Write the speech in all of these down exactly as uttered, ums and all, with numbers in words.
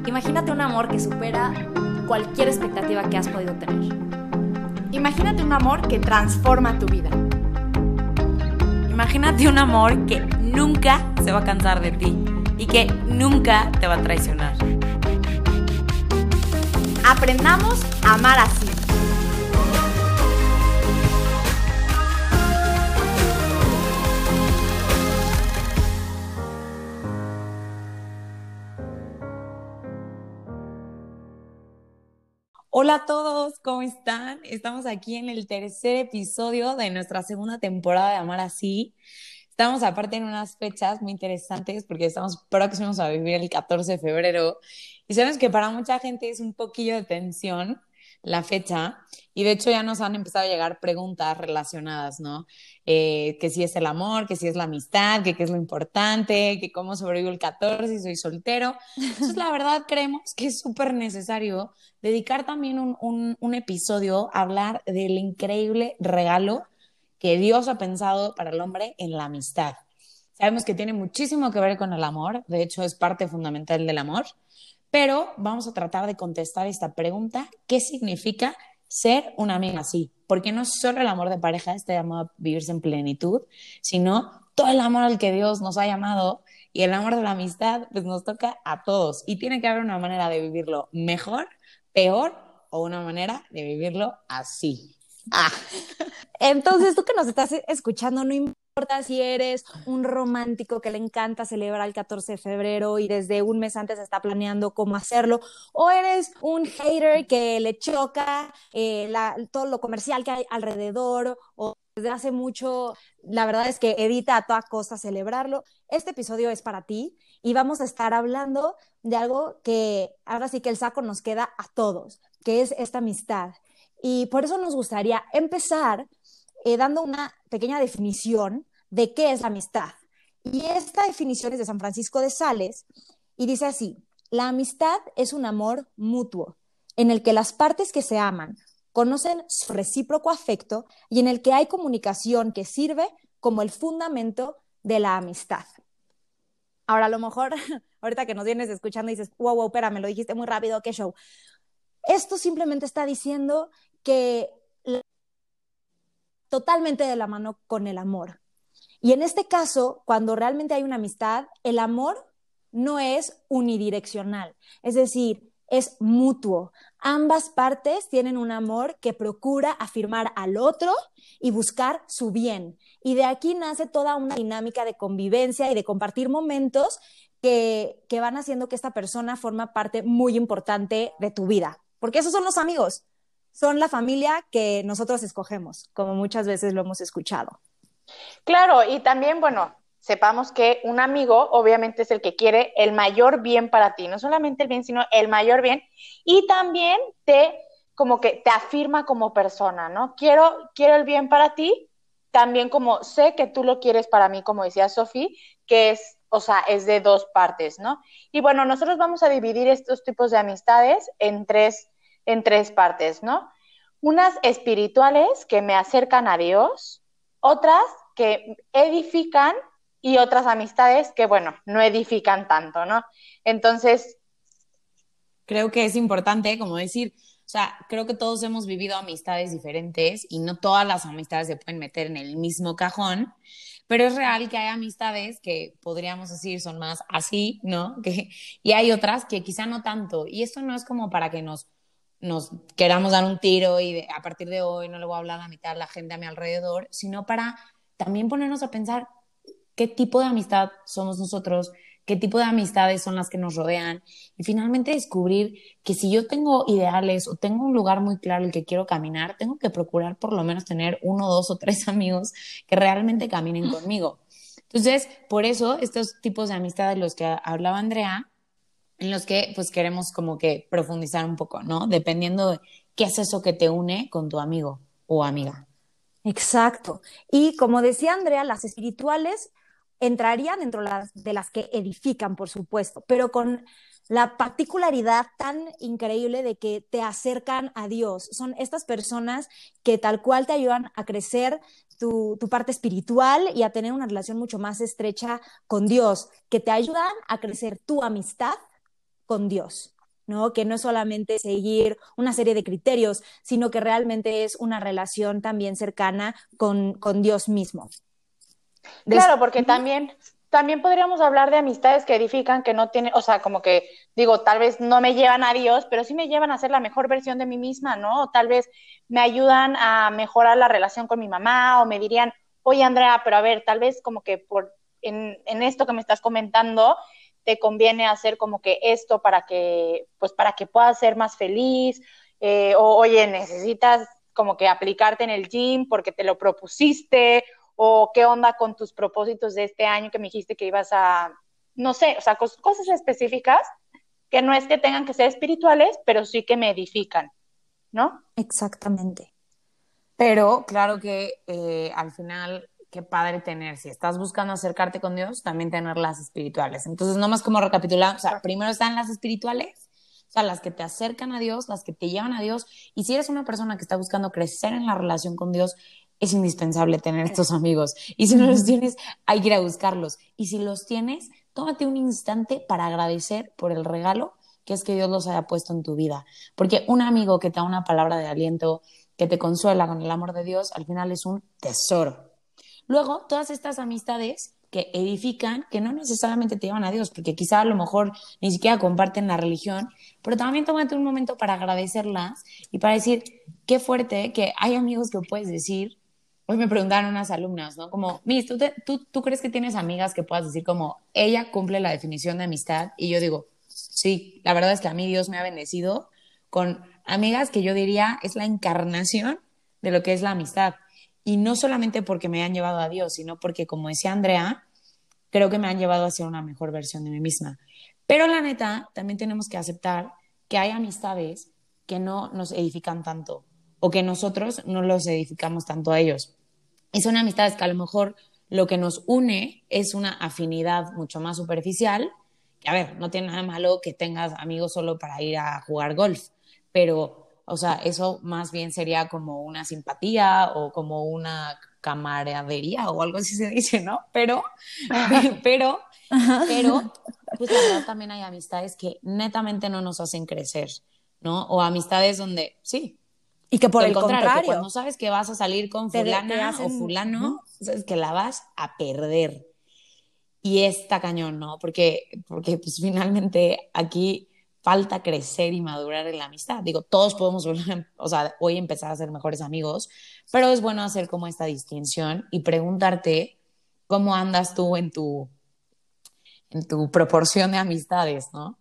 Imagínate un amor que supera cualquier expectativa que has podido tener. Imagínate un amor que transforma tu vida. Imagínate un amor que nunca se va a cansar de ti y que nunca te va a traicionar. Aprendamos a amar así. Hola a todos, ¿cómo están? Estamos aquí en el tercer episodio de nuestra segunda temporada de Amar Así. Estamos aparte en unas fechas muy interesantes porque estamos próximos a vivir el catorce de febrero y sabemos que para mucha gente es un poquillo de tensión la fecha y de hecho ya nos han empezado a llegar preguntas relacionadas, ¿no? Eh, que si es el amor, que si es la amistad, que qué es lo importante, que cómo sobrevivo el catorce si soy soltero. Entonces la verdad creemos que es súper necesario dedicar también un, un, un episodio a hablar del increíble regalo que Dios ha pensado para el hombre en la amistad. Sabemos que tiene muchísimo que ver con el amor, de hecho es parte fundamental del amor, pero vamos a tratar de contestar esta pregunta: ¿qué significa ser una amiga así? Porque no solo el amor de pareja está llamado a vivirse en plenitud, sino todo el amor al que Dios nos ha llamado, y el amor de la amistad pues nos toca a todos y tiene que haber una manera de vivirlo mejor, peor o una manera de vivirlo así. Ah. Entonces, tú que nos estás escuchando, no importa si eres un romántico que le encanta celebrar el catorce de febrero y desde un mes antes está planeando cómo hacerlo, o eres un hater que le choca eh, la, todo lo comercial que hay alrededor, o desde hace mucho, la verdad es que evita a toda costa celebrarlo. Este episodio es para ti y vamos a estar hablando de algo que ahora sí que el saco nos queda a todos, que es esta amistad. Y por eso nos gustaría empezar eh, dando una pequeña definición de qué es la amistad. Y esta definición es de San Francisco de Sales y dice así: la amistad es un amor mutuo en el que las partes que se aman conocen su recíproco afecto y en el que hay comunicación que sirve como el fundamento de la amistad. Ahora, a lo mejor, ahorita que nos vienes escuchando dices, wow, wow, espérame, lo dijiste muy rápido, qué show. Esto simplemente está diciendo que totalmente de la mano con el amor. Y en este caso, cuando realmente hay una amistad, el amor no es unidireccional, es decir, es mutuo. Ambas partes tienen un amor que procura afirmar al otro y buscar su bien. Y de aquí nace toda una dinámica de convivencia y de compartir momentos que, que van haciendo que esta persona forma parte muy importante de tu vida. Porque esos son los amigos, son la familia que nosotros escogemos, como muchas veces lo hemos escuchado. Claro, y también, bueno, sepamos que un amigo obviamente es el que quiere el mayor bien para ti, no solamente el bien, sino el mayor bien, y también te, como que te afirma como persona, ¿no? Quiero, quiero el bien para ti, también como sé que tú lo quieres para mí, como decía Sofi, que es, o sea, es de dos partes, ¿no? Y bueno, nosotros vamos a dividir estos tipos de amistades en tres, en tres partes, ¿no? Unas espirituales que me acercan a Dios, otras que edifican y otras amistades que, bueno, no edifican tanto, ¿no? Entonces, creo que es importante, como decir, o sea, creo que todos hemos vivido amistades diferentes y no todas las amistades se pueden meter en el mismo cajón, pero es real que hay amistades que podríamos decir son más así, ¿no? Que, y hay otras que quizá no tanto. Y esto no es como para que nos, nos queramos dar un tiro y de, a partir de hoy no le voy a hablar a la mitad de la gente a mi alrededor, sino para también ponernos a pensar qué tipo de amistad somos nosotros, qué tipo de amistades son las que nos rodean y finalmente descubrir que si yo tengo ideales o tengo un lugar muy claro el que quiero caminar, tengo que procurar por lo menos tener uno, dos o tres amigos que realmente caminen conmigo. Entonces, por eso estos tipos de amistades de los que hablaba Andrea, en los que pues queremos como que profundizar un poco, ¿no? Dependiendo de qué es eso que te une con tu amigo o amiga. Exacto. Y como decía Andrea, las espirituales entrarían dentro las, de las que edifican, por supuesto, pero con la particularidad tan increíble de que te acercan a Dios. Son estas personas que tal cual te ayudan a crecer tu, tu parte espiritual y a tener una relación mucho más estrecha con Dios, que te ayudan a crecer tu amistad con Dios. ¿no? Que no es solamente seguir una serie de criterios, sino que realmente es una relación también cercana con, con Dios mismo. Des Claro, porque también, también podríamos hablar de amistades que edifican, que no tienen, o sea, como que digo, tal vez no me llevan a Dios, pero sí me llevan a ser la mejor versión de mí misma, ¿no? O tal vez me ayudan a mejorar la relación con mi mamá, o me dirían, oye, Andrea, pero a ver, tal vez como que por en, en esto que me estás comentando, te conviene hacer como que esto para que, pues para que puedas ser más feliz, eh, o oye, necesitas como que aplicarte en el gym porque te lo propusiste, o qué onda con tus propósitos de este año que me dijiste que ibas a, no sé, o sea, cos cosas específicas que no es que tengan que ser espirituales, pero sí que me edifican, ¿no? Exactamente. Pero claro que eh, al final, qué padre tener, si estás buscando acercarte con Dios, también tener las espirituales. Entonces, nomás como recapitular, o sea, primero están las espirituales, o sea, las que te acercan a Dios, las que te llevan a Dios. Y si eres una persona que está buscando crecer en la relación con Dios, es indispensable tener estos amigos. Y si no los tienes, hay que ir a buscarlos. Y si los tienes, tómate un instante para agradecer por el regalo que es que Dios los haya puesto en tu vida. Porque un amigo que te da una palabra de aliento, que te consuela con el amor de Dios, al final es un tesoro. Luego, todas estas amistades que edifican, que no necesariamente te llevan a Dios, porque quizá a lo mejor ni siquiera comparten la religión, pero también tómate un momento para agradecerlas y para decir, qué fuerte que hay amigos que puedes decir. Hoy me preguntaron unas alumnas, ¿no? Como, Miss, ¿tú, te, tú, ¿tú crees que tienes amigas que puedas decir como, ella cumple la definición de amistad? Y yo digo, sí, la verdad es que a mí Dios me ha bendecido con amigas que yo diría es la encarnación de lo que es la amistad. Y no solamente porque me han llevado a Dios, sino porque, como decía Andrea, creo que me han llevado a ser una mejor versión de mí misma. Pero la neta, también tenemos que aceptar que hay amistades que no nos edifican tanto o que nosotros no los edificamos tanto a ellos. Y son amistades que a lo mejor lo que nos une es una afinidad mucho más superficial, que a ver, no tiene nada malo que tengas amigos solo para ir a jugar golf, pero, o sea, eso más bien sería como una simpatía o como una camaradería o algo así se dice, ¿no? Pero, pero, pero, pues la verdad también hay amistades que netamente no nos hacen crecer, ¿no? O amistades donde, sí, y que por al el contrario, que contrario, cuando sabes que vas a salir con te, de, te fulana o hacen... fulano, Uh-huh. sabes que la vas a perder. Y está cañón, ¿no? Porque, porque pues finalmente aquí falta crecer y madurar en la amistad. Digo, todos podemos, o sea, hoy empezar a ser mejores amigos, pero es bueno hacer como esta distinción y preguntarte cómo andas tú en tu, en tu proporción de amistades, ¿no?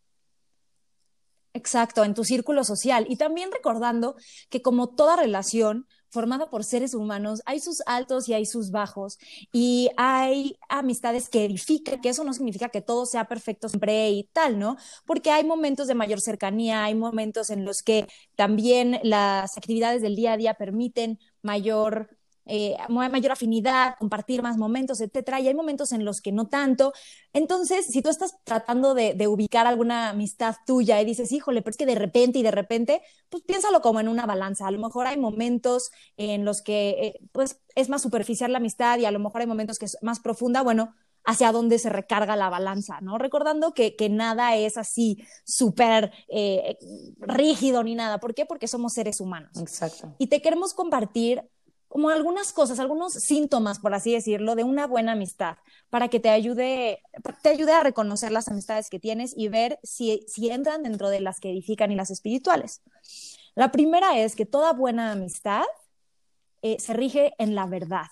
Exacto, en tu círculo social. Y también recordando que como toda relación formada por seres humanos, hay sus altos y hay sus bajos, y hay amistades que edifican, que eso no significa que todo sea perfecto siempre y tal, ¿no? Porque hay momentos de mayor cercanía, hay momentos en los que también las actividades del día a día permiten mayor eh, mayor afinidad, compartir más momentos, etcétera, y hay momentos en los que no tanto. Entonces, si tú estás tratando de, de ubicar alguna amistad tuya y dices, híjole, pero es que de repente y de repente, pues piénsalo como en una balanza. A lo mejor hay momentos en los que eh, pues es más superficial la amistad y a lo mejor hay momentos que es más profunda. Bueno, hacia dónde se recarga la balanza, ¿no? Recordando que, que nada es así súper eh, rígido ni nada. ¿Por qué? Porque somos seres humanos. Exacto. Y te queremos compartir como algunas cosas, algunos síntomas, por así decirlo, de una buena amistad, para que te ayude, te ayude a reconocer las amistades que tienes y ver si, si entran dentro de las que edifican y las espirituales. La primera es que toda buena amistad eh, se rige en la verdad.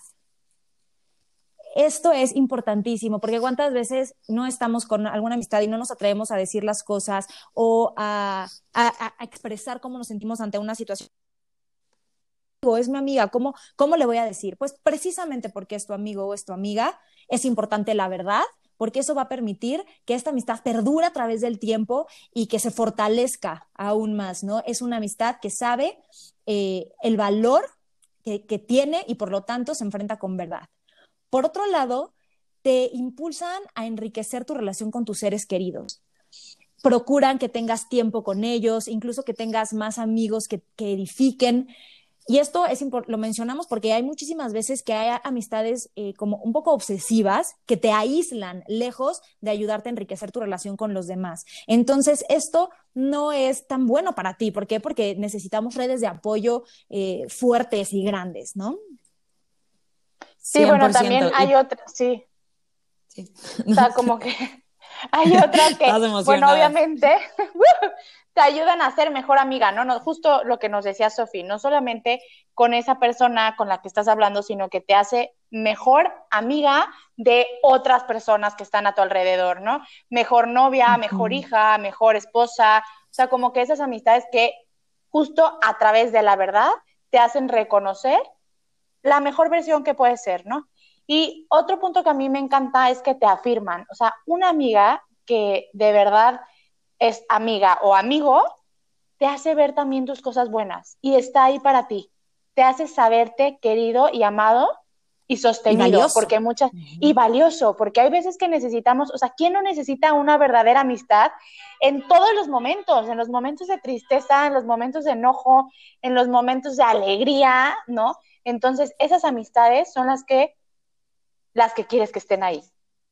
Esto es importantísimo, porque cuántas veces no estamos con alguna amistad y no nos atrevemos a decir las cosas o a, a, a expresar cómo nos sentimos ante una situación. Es mi amiga, ¿cómo, ¿cómo le voy a decir? Pues precisamente porque es tu amigo o es tu amiga, es importante la verdad, porque eso va a permitir que esta amistad perdure a través del tiempo y que se fortalezca aún más, ¿no? Es una amistad que sabe eh, el valor que, que tiene y por lo tanto se enfrenta con verdad. Por otro lado, te impulsan a enriquecer tu relación con tus seres queridos. Procuran que tengas tiempo con ellos, incluso que tengas más amigos que, que edifiquen. Y esto es lo mencionamos porque hay muchísimas veces que hay amistades eh, como un poco obsesivas que te aíslan lejos de ayudarte a enriquecer tu relación con los demás. Entonces, esto no es tan bueno para ti. ¿Por qué? Porque necesitamos redes de apoyo eh, fuertes y grandes, ¿no? Sí, bueno, también hay y... otras, sí. sí. O sea, como que hay otras que, bueno, obviamente, te ayudan a ser mejor amiga, ¿no? no justo lo que nos decía Sofi, no solamente con esa persona con la que estás hablando, sino que te hace mejor amiga de otras personas que están a tu alrededor, ¿no? Mejor novia, uh-huh. mejor hija, mejor esposa, o sea, como que esas amistades que justo a través de la verdad te hacen reconocer la mejor versión que puede ser, ¿no? Y otro punto que a mí me encanta es que te afirman, o sea, una amiga que de verdad es amiga o amigo, te hace ver también tus cosas buenas y está ahí para ti, te hace saberte querido y amado y sostenido, y valioso. Porque muchas, uh-huh. y valioso, porque hay veces que necesitamos, o sea, ¿quién no necesita una verdadera amistad en todos los momentos, en los momentos de tristeza, en los momentos de enojo, en los momentos de alegría, ¿no? Entonces, esas amistades son las que, las que quieres que estén ahí.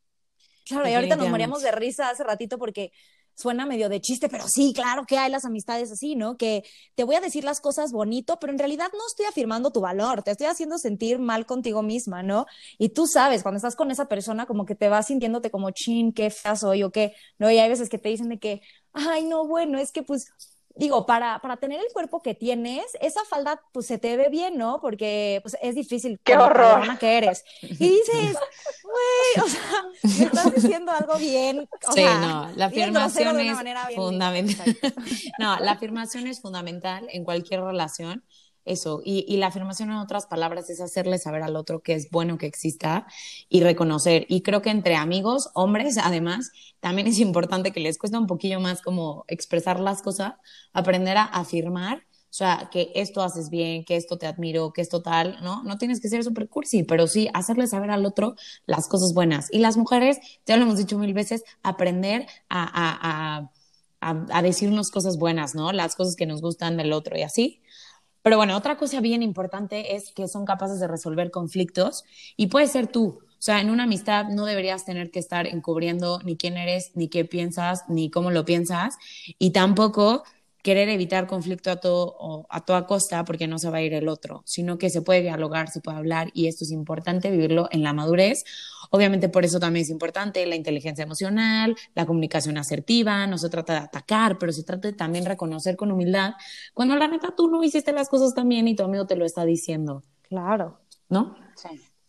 Claro, y ahorita nos moríamos de risa hace ratito porque suena medio de chiste, pero sí, claro que hay las amistades así, ¿no? Que te voy a decir las cosas bonito, pero en realidad no estoy afirmando tu valor, te estoy haciendo sentir mal contigo misma, ¿no? Y tú sabes, cuando estás con esa persona, como que te vas sintiéndote como, chin, qué fea soy o qué, ¿no? Y hay veces que te dicen de que, ay, no, bueno, es que pues... Digo, para, para tener el cuerpo que tienes, esa falda pues se te ve bien, ¿no? Porque pues es difícil ¡qué horror! Que eres. Y dices, güey, o sea, me estás diciendo algo bien. O sí, sea, no, la afirmación es fundamental. Bien. No, la afirmación es fundamental en cualquier relación. Eso, y, y la afirmación en otras palabras es hacerle saber al otro que es bueno que exista y reconocer. Y creo que entre amigos, hombres, además, también es importante que les cuesta un poquillo más como expresar las cosas, aprender a afirmar, o sea, que esto haces bien, que esto te admiro, que esto tal, ¿no? No tienes que ser súper cursi, pero sí hacerle saber al otro las cosas buenas. Y las mujeres, ya lo hemos dicho mil veces, aprender a, a, a, a, a decirnos cosas buenas, ¿no? Las cosas que nos gustan del otro y así. Pero bueno, otra cosa bien importante es que son capaces de resolver conflictos y puede ser tú. O sea, en una amistad no deberías tener que estar encubriendo ni quién eres, ni qué piensas, ni cómo lo piensas y tampoco querer evitar conflicto a, todo, o a toda costa porque no se va a ir el otro, sino que se puede dialogar, se puede hablar y esto es importante vivirlo en la madurez. Obviamente por eso también es importante la inteligencia emocional, la comunicación asertiva, no se trata de atacar, pero se trata de también reconocer con humildad cuando la neta tú no hiciste las cosas tan bien y tu amigo te lo está diciendo. Claro. ¿No? Sí.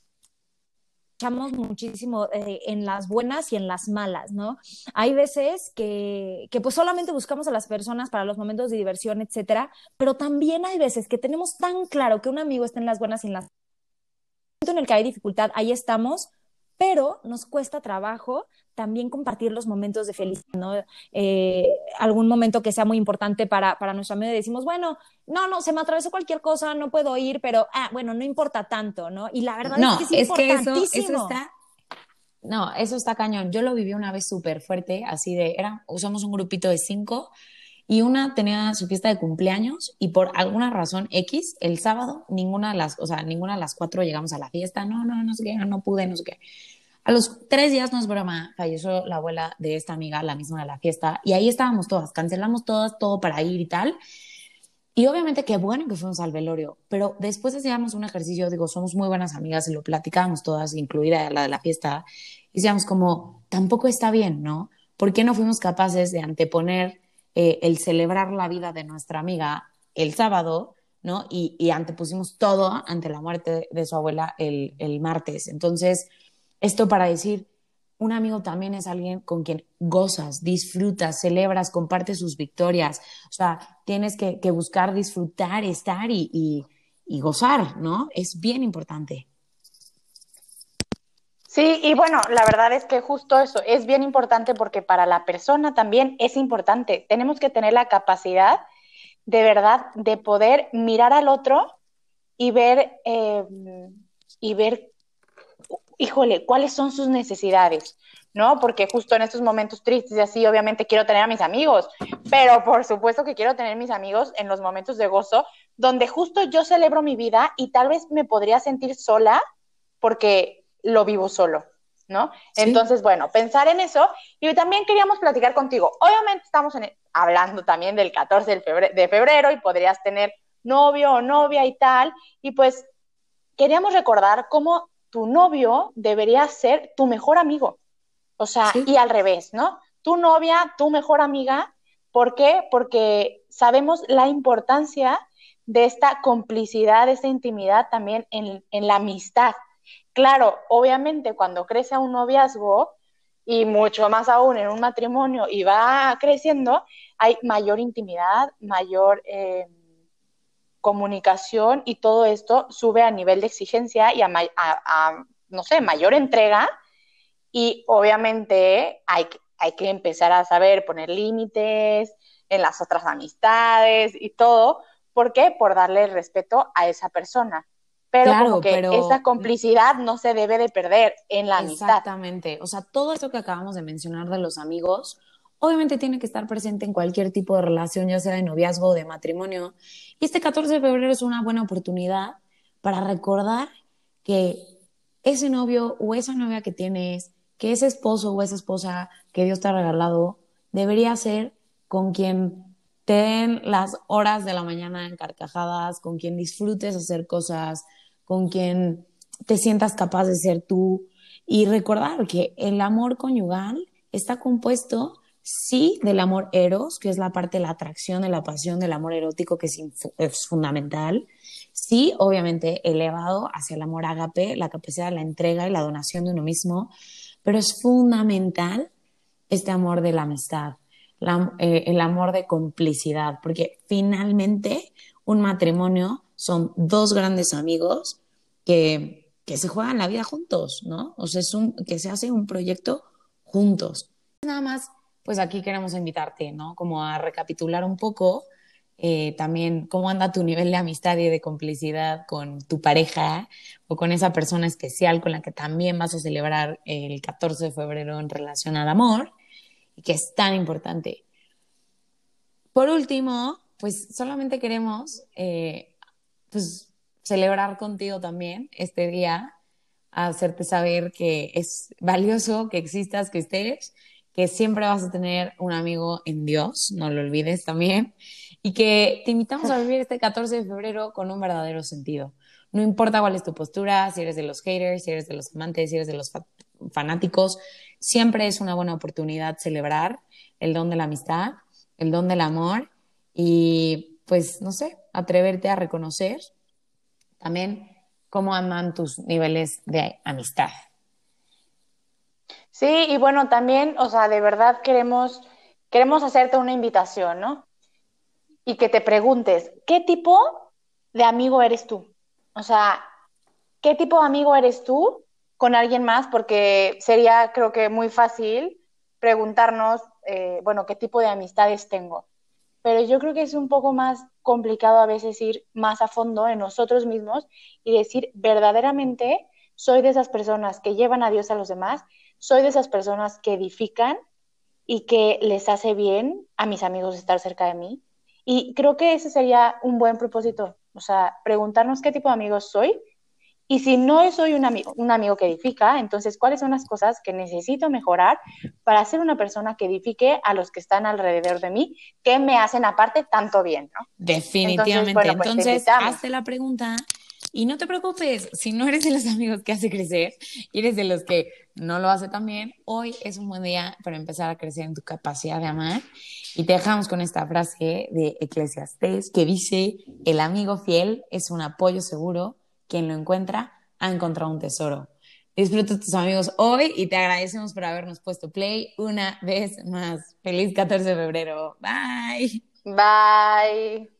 Escuchamos muchísimo eh, en las buenas y en las malas, ¿no? Hay veces que, que pues solamente buscamos a las personas para los momentos de diversión, etcétera, pero también hay veces que tenemos tan claro que un amigo está en las buenas y en las en el que hay dificultad, ahí estamos, pero nos cuesta trabajo también compartir los momentos de felicidad, ¿no? Eh, algún momento que sea muy importante para, para nuestro amigo y decimos, bueno, no, no, se me atravesó cualquier cosa, no puedo ir, pero, ah, bueno, no importa tanto, ¿no? Y la verdad no, es que es, es importantísimo. Que eso, eso está, no, eso está cañón. Yo lo viví una vez súper fuerte, así de, era, usamos un grupito de cinco y una tenía su fiesta de cumpleaños y por alguna razón X, el sábado, ninguna de las, o sea, ninguna de las cuatro llegamos a la fiesta, no, no, no sé qué, no pude, no sé qué. A los tres días, no es broma, falleció la abuela de esta amiga, la misma de la fiesta, y ahí estábamos todas, cancelamos todas, todo para ir y tal. Y obviamente qué bueno que fuimos al velorio, pero después hacíamos un ejercicio, digo, somos muy buenas amigas y lo platicábamos todas, incluida la de la fiesta, y decíamos como, tampoco está bien, ¿no? ¿Por qué no fuimos capaces de anteponer eh, el celebrar la vida de nuestra amiga el sábado, ¿no? Y, y antepusimos todo ante la muerte de su abuela el, el martes. Entonces, esto para decir, un amigo también es alguien con quien gozas, disfrutas, celebras, compartes sus victorias. O sea, tienes que, que buscar disfrutar, estar y, y, y gozar, ¿no? Es bien importante. Sí, y bueno, la verdad es que justo eso es bien importante porque para la persona también es importante. Tenemos que tener la capacidad de verdad de poder mirar al otro y ver, eh, y ver híjole, ¿cuáles son sus necesidades? ¿No? Porque justo en estos momentos tristes y así, obviamente quiero tener a mis amigos, pero por supuesto que quiero tener mis amigos en los momentos de gozo, donde justo yo celebro mi vida y tal vez me podría sentir sola porque lo vivo solo, ¿no? Sí. Entonces, bueno, pensar en eso. Y también queríamos platicar contigo. Obviamente estamos en, hablando también del catorce de febrero, de febrero y podrías tener novio o novia y tal. Y pues queríamos recordar cómo tu novio debería ser tu mejor amigo. O sea, Sí. y al revés, ¿no? Tu novia, tu mejor amiga. ¿Por qué? Porque sabemos la importancia de esta complicidad, de esta intimidad también en, en la amistad. Claro, obviamente cuando crece un noviazgo y mucho más aún en un matrimonio y va creciendo, hay mayor intimidad, mayor eh, comunicación y todo esto sube a nivel de exigencia y a, a, a no sé, mayor entrega y obviamente hay, hay que empezar a saber poner límites en las otras amistades y todo. ¿Por qué? Por darle respeto a esa persona. Pero Claro, como que pero esa complicidad no se debe de perder en la amistad. exactamente. O sea, todo esto que acabamos de mencionar de los amigos, obviamente tiene que estar presente en cualquier tipo de relación, ya sea de noviazgo o de matrimonio. Y este catorce de febrero es una buena oportunidad para recordar que ese novio o esa novia que tienes, que ese esposo o esa esposa que Dios te ha regalado, debería ser con quien te den las horas de la mañana en carcajadas, con quien disfrutes hacer cosas, con quien te sientas capaz de ser tú y recordar que el amor conyugal está compuesto, sí, del amor eros, que es la parte de la atracción, de la pasión, del amor erótico, que es, es fundamental, sí, obviamente elevado hacia el amor ágape, la capacidad de la entrega y la donación de uno mismo, pero es fundamental este amor de la amistad, la, eh, el amor de complicidad, porque finalmente un matrimonio son dos grandes amigos que, que se juegan la vida juntos, ¿no? O sea, es un, que se hace un proyecto juntos. Nada más, pues aquí queremos invitarte, ¿no? Como a recapitular un poco eh, también cómo anda tu nivel de amistad y de complicidad con tu pareja o con esa persona especial con la que también vas a celebrar el catorce de febrero en relación al amor y que es tan importante. Por último, pues solamente queremos eh, pues, celebrar contigo también este día, hacerte saber que es valioso que existas, que estés, que siempre vas a tener un amigo en Dios, no lo olvides también, y que te invitamos a vivir este catorce de febrero con un verdadero sentido. No importa cuál es tu postura, si eres de los haters, si eres de los amantes, si eres de los fa- fanáticos, siempre es una buena oportunidad celebrar el don de la amistad, el don del amor y pues, no sé, atreverte a reconocer también cómo andan tus niveles de amistad. Sí, y bueno, también, o sea, de verdad queremos, queremos hacerte una invitación, ¿no? Y que te preguntes, ¿qué tipo de amigo eres tú? O sea, ¿qué tipo de amigo eres tú con alguien más? Porque sería, creo que, muy fácil preguntarnos, eh, bueno, ¿qué tipo de amistades tengo? Pero yo creo que es un poco más complicado a veces ir más a fondo en nosotros mismos y decir, verdaderamente soy de esas personas que llevan a Dios a los demás, soy de esas personas que edifican y que les hace bien a mis amigos estar cerca de mí. Y creo que ese sería un buen propósito, o sea, preguntarnos qué tipo de amigos soy y si no soy un amigo, un amigo que edifica, entonces, ¿cuáles son las cosas que necesito mejorar para ser una persona que edifique a los que están alrededor de mí, que me hacen aparte tanto bien, ¿no? Entonces, Definitivamente. bueno, pues te Entonces, invitamos. hazte la pregunta y no te preocupes, si no eres de los amigos que hace crecer y eres de los que no lo hace tan bien, hoy es un buen día para empezar a crecer en tu capacidad de amar. Y te dejamos con esta frase de Eclesiastés que dice, el amigo fiel es un apoyo seguro, quien lo encuentra ha encontrado un tesoro. Disfruta tus amigos hoy y te agradecemos por habernos puesto play una vez más. Feliz catorce de febrero. Bye. Bye.